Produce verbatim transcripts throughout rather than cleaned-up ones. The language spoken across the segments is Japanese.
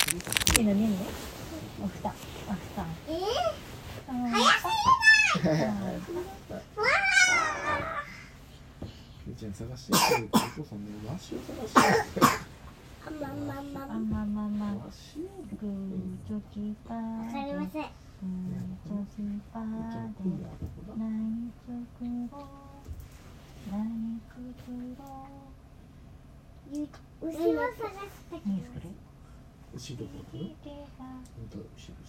いいのねんね。おふた、おふた。 えー、早すぎない。わあ。 ゆうちゃん探してる。お父さんね、わしを探してる。 あまままあままま。 わしを。 グーチョキパー。 わかりません。 グーチョキパーで。ナイチョクロ。ナイチョクロ。 後ろ探したけ何それ？ 牛どこだろう？本当牛じ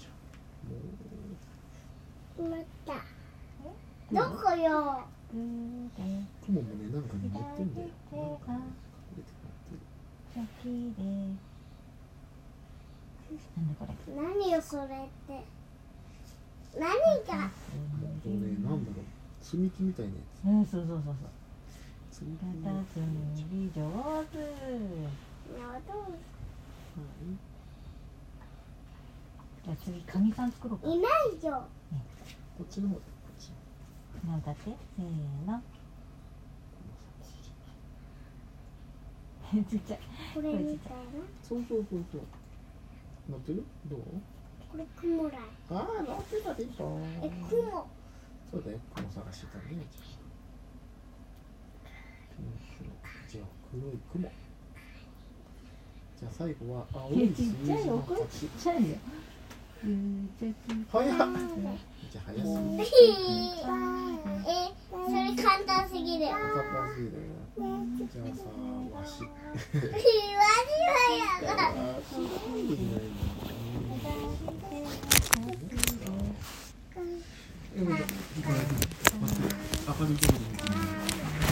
ゃん。もう。 ど。また。どこよ。 雲もね、なんかに乗ってんだよ。なんかね、出てチョキで。なんだこれ？ 何よそれって。何が。 これね、なんだろう。積み木みたいなやつ。 うん、そうそうそうそう。 積み木カタツムリ上手。じゃあ次カニさん作ろうか。 いないよ。 こっちの方で、こっち。 なんだって？せーの。ちっちゃい。 これみたいな。 そうそうそうそう。乗ってる？どう？ これ雲だ。 ああ、乗ってたでしょ。 え、雲。 そうだよ、雲探してたね。じゃあ、黒い雲。じゃあ、最後は青い数字のちっ星。 ちゃいよ。 早っ。じゃあ、早すぎる。 え、それ簡単すぎる。 簡単すぎる。じゃあさ、わし。 わしはやだ。 明るいところで見てみる。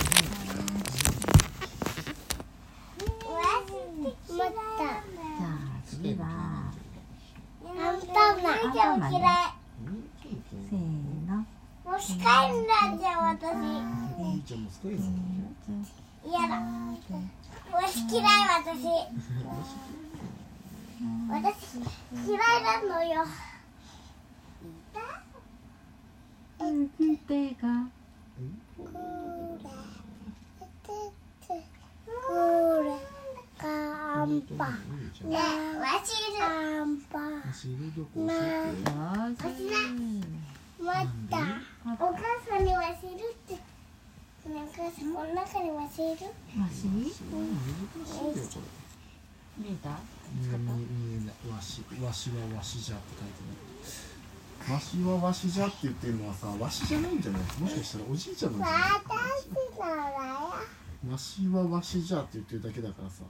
また。 じゃあ次はアンパンマン。じゃあ嫌い。 せーの。 もうスカイラーじゃん、私。 いいじゃん、もうスカイラーだね。 嫌だ。もう嫌い、私。私、嫌いなのよ。 手が。 これ。アンパン。ねえ、わしいる。アンパン。 わしいるどこ教え待った。お母さんにわしいるって。ねえ、お母さん、この中にわしいる。 わし？ 難しいよ、これ。 見えた？ 見えない。わし、わしはわしじゃって書いてない。わしはわしじゃって言ってるのはさ、わしじゃないんじゃない？もしかしたらおじいちゃんなんじゃない？ 私のだよ。 わしはわしじゃって言ってるだけだからさ。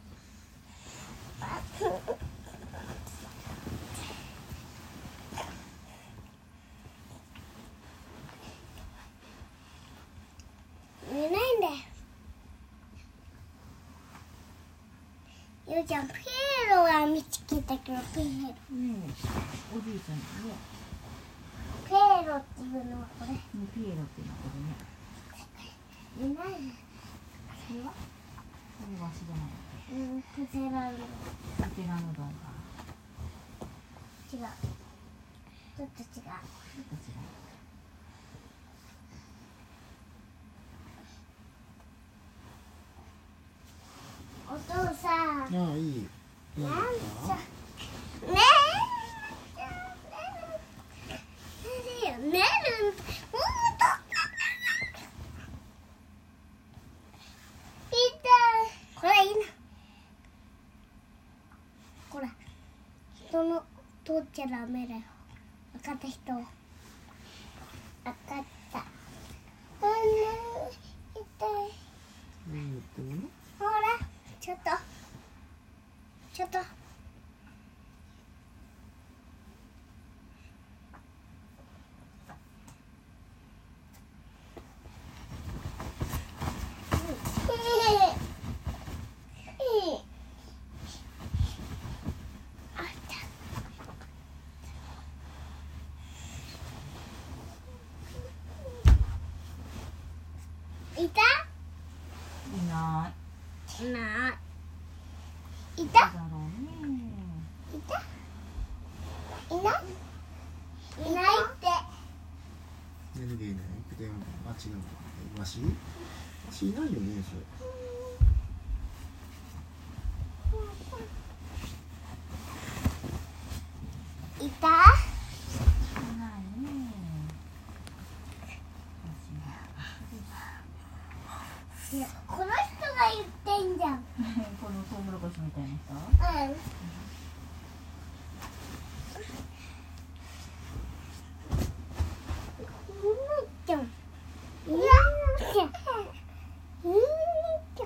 見えないんだよ。ゆうちゃん、ピエロは見つけたけど、ピエロ。 ねえ、おじいちゃんね。 ピエロっていうのはこれ。 ピエロっていうのはこれね。 いない。 これは？これわしじゃない。 うん、プセラの。 プテラノドンか。 違う。ちょっと違う。 ちょっと違う。 お父さん。 ああ、いい。 なんなんさ。 かねえ。ねるよ、ねる。もうと。ピーター。これいいな。これ。人の通っちゃダメだよ。分かった人。分かった。あんな。痛い。 何言ってんの？ ほら、ちょっと。ちょっと。いた？ いない。 いない。いどうた？ だろうね。 いた？いない？いないって。 何がいない？プテラノドン。あ、違う。わし？わしいないよね、それ。 ウモロコシみたいな人？ うん。ちゃん。いや。ちゃん。いちゃん。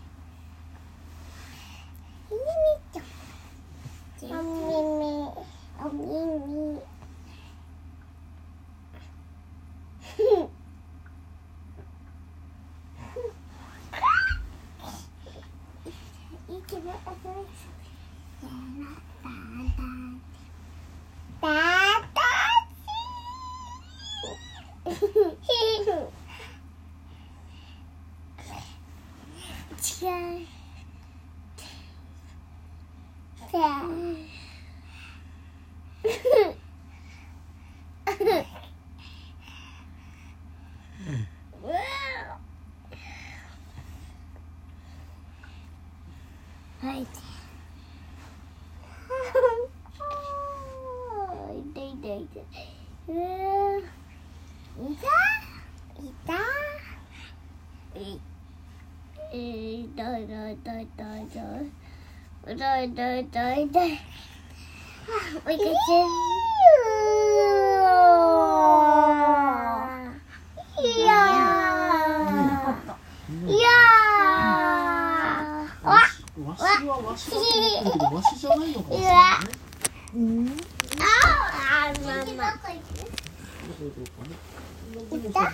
いちゃん。おみみ。おみみ。はい。痛い痛い痛い。うわ。痛い。痛い。えー、痛い痛い痛い痛い痛い。痛い痛い痛い痛い。おいかちゃん。いやー。いやー。わ。 わしはわしだと思ってるけど、わしじゃないのかもしれないね。 うん。 ああ、ママ。いた。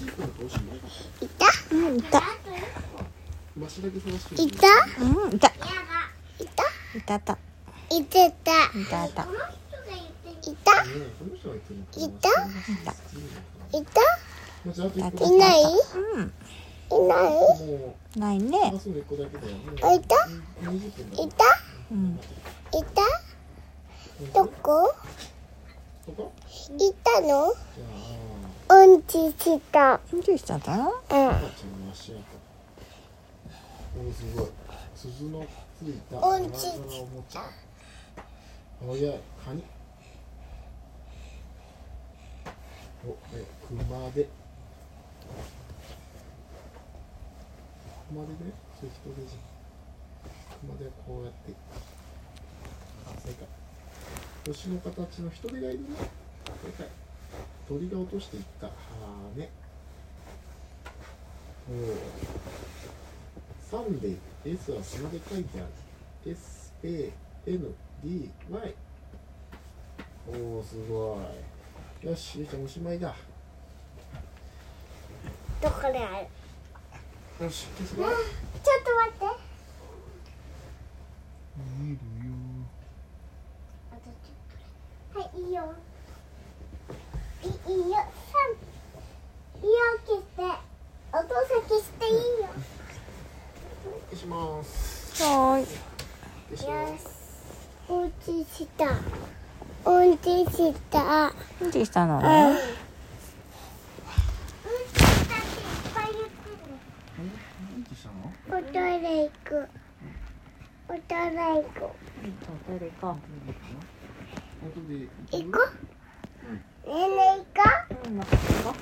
うん、いた。 わしだけ探してる。 いた。 うん、いた。 いた。 いたた。 いてた。 いたた。 いた。 ねえ、この人が言ってるのかな。 いた。いた。 もうじゃああと一個いない。 うん。 いない。 もうないね。 探すの一個だけだよね。 あ、いた。 にじゅっぷんだいた。 うん。 いた。どこ。 ここいたの。 じゃうんちした。 うんちしちゃったの？ うん。 あ、赤ちゃんの足跡。おー、すごい。鈴のついたうんちおもちゃ。おや、カニ。お、え、熊手。熊手で、それ人手じゃん。熊手はこうやって。あ、正解。星の形の人手がいるね。正解。鳥が落としていった羽。おお。サンデー。S は砂で書いてある。S A N D Y。おお、すごい。よし、ゆうちゃんおしまいだ。 どこにある。 よし、消すぞ。 ちょっと待って。 いるよ。 あとちょっと。はい、いいよ。いいいよ。さん。いいよ、消して。お父さん消していいよ。 消します。 はーい。 消しよます。 し。うんちした。うんちした。 うんちしたの？ うん。うんちしたっていっぱい言ってうんちしたの？ る。おトイレ行く。おトイレ行く。 トイレ行こ後で行こう。 うん。 ねえねえ行こう。うん、行こう。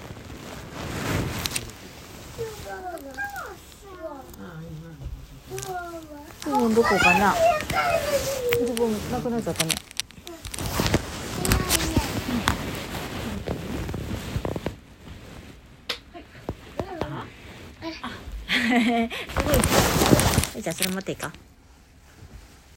う。うん、どこかな。リボンなくなっちゃったね。すごい。じゃあそれ持っていこう。